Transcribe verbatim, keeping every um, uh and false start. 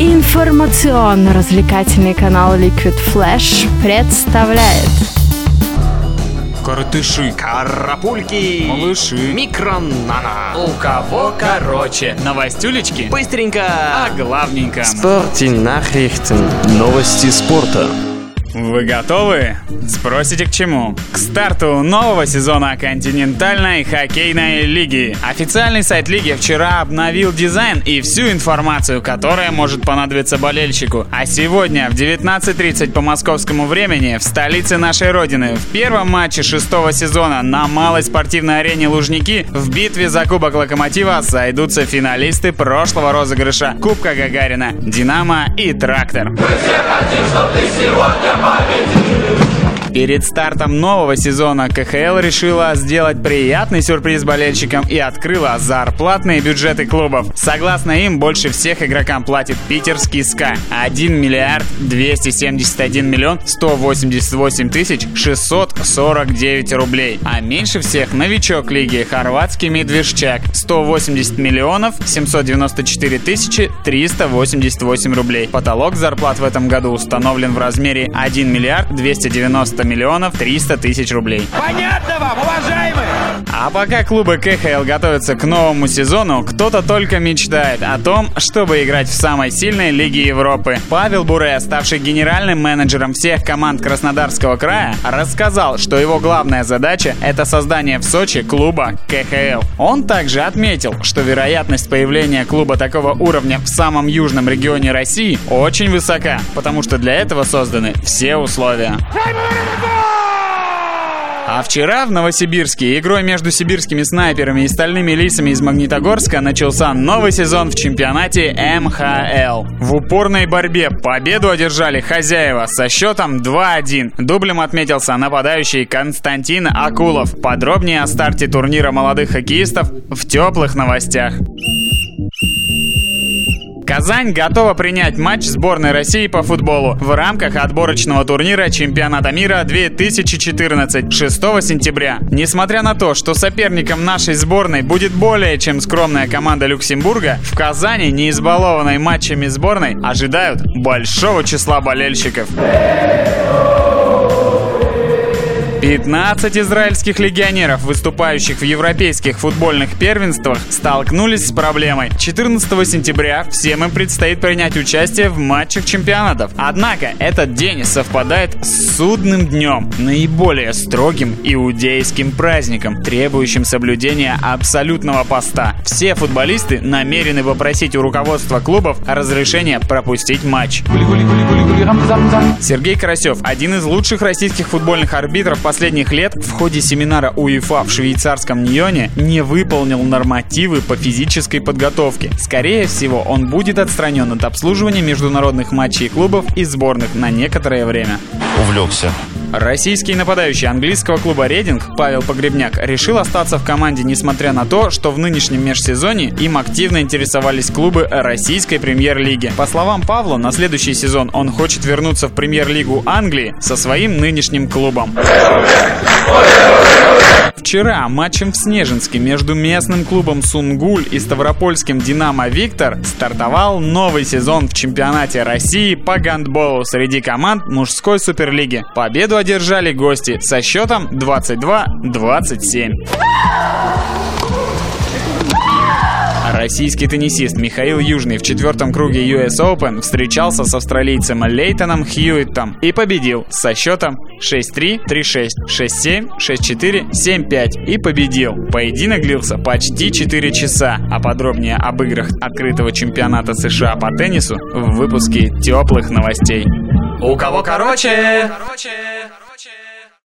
Информационно-развлекательный канал Liquid Flash представляет Коротыши, карапульки, малыши, микронана. У кого короче? Новостюлечки? Быстренько, а главненько. Спортнахрихтен. Новости спорта. Вы готовы? Спросите, к чему? К старту нового сезона континентальной хоккейной лиги. Официальный сайт лиги вчера обновил дизайн и всю информацию, которая может понадобиться болельщику. А сегодня в девятнадцать тридцать по московскому времени в столице нашей родины в первом матче шестого сезона на малой спортивной арене Лужники в битве за Кубок Локомотива сойдутся финалисты прошлого розыгрыша Кубка Гагарина «Динамо» и «Трактор». Мы все хотим, чтобы ты сегодня Перед стартом нового сезона ка ха эл решила сделать приятный сюрприз болельщикам и открыла зарплатные бюджеты клубов. Согласно им, больше всех игрокам платит питерский СКА – один миллиард двести семьдесят один миллион сто восемьдесят восемь тысяч шестьсот сорок девять рублей. А меньше всех новичок лиги – хорватский Медвежчак – сто восемьдесят миллионов семьсот девяносто четыре тысячи триста восемьдесят восемь рублей. Потолок зарплат в этом году установлен в размере один миллиард двести девяносто миллионов триста тысяч рублей. Понятно вам, уважаемые? А пока клубы ка ха эл готовятся к новому сезону, кто-то только мечтает о том, чтобы играть в самой сильной лиге Европы. Павел Буре, ставший генеральным менеджером всех команд Краснодарского края, рассказал, что его главная задача – это создание в Сочи клуба ка ха эл. Он также отметил, что вероятность появления клуба такого уровня в самом южном регионе России очень высока, потому что для этого созданы все условия. А вчера в Новосибирске игрой между сибирскими снайперами и стальными лисами из Магнитогорска начался новый сезон в чемпионате эм ха эл. В упорной борьбе победу одержали хозяева со счетом два один. Дублем отметился нападающий Константин Акулов. Подробнее о старте турнира молодых хоккеистов в теплых новостях. Казань готова принять матч сборной России по футболу в рамках отборочного турнира чемпионата мира две тысячи четырнадцать шестого сентября. Несмотря на то, что соперником нашей сборной будет более чем скромная команда Люксембурга, в Казани, не избалованной матчами сборной, ожидают большого числа болельщиков. пятнадцать израильских легионеров, выступающих в европейских футбольных первенствах, столкнулись с проблемой. четырнадцатого сентября всем им предстоит принять участие в матчах чемпионатов. Однако этот день совпадает с судным днем, наиболее строгим иудейским праздником, требующим соблюдения абсолютного поста. Все футболисты намерены попросить у руководства клубов разрешения пропустить матч. Сергей Карасев, один из лучших российских футбольных арбитров последних лет, в ходе семинара УЕФА в швейцарском Ньоне не выполнил нормативы по физической подготовке. Скорее всего, он будет отстранен от обслуживания международных матчей клубов и сборных на некоторое время. Увлекся. Российский нападающий английского клуба «Рейдинг» Павел Погребняк решил остаться в команде, несмотря на то, что в нынешнем межсезонье им активно интересовались клубы российской премьер-лиги. По словам Павла, на следующий сезон он хочет вернуться в премьер-лигу Англии со своим нынешним клубом. Вчера матчем в Снежинске между местным клубом «Сунгуль» и ставропольским «Динамо Виктор» стартовал новый сезон в чемпионате России по гандболу среди команд мужской суперлиги. Победу одержали гости со счетом двадцать два двадцать семь. Российский теннисист Михаил Южный в четвертом круге ю эс Open встречался с австралийцем Лейтоном Хьюиттом и победил со счетом шесть три, три шесть, шесть семь, шесть четыре, семь пять и победил. Поединок длился почти четыре часа, а подробнее об играх открытого чемпионата США по теннису в выпуске теплых новостей. У кого короче? короче.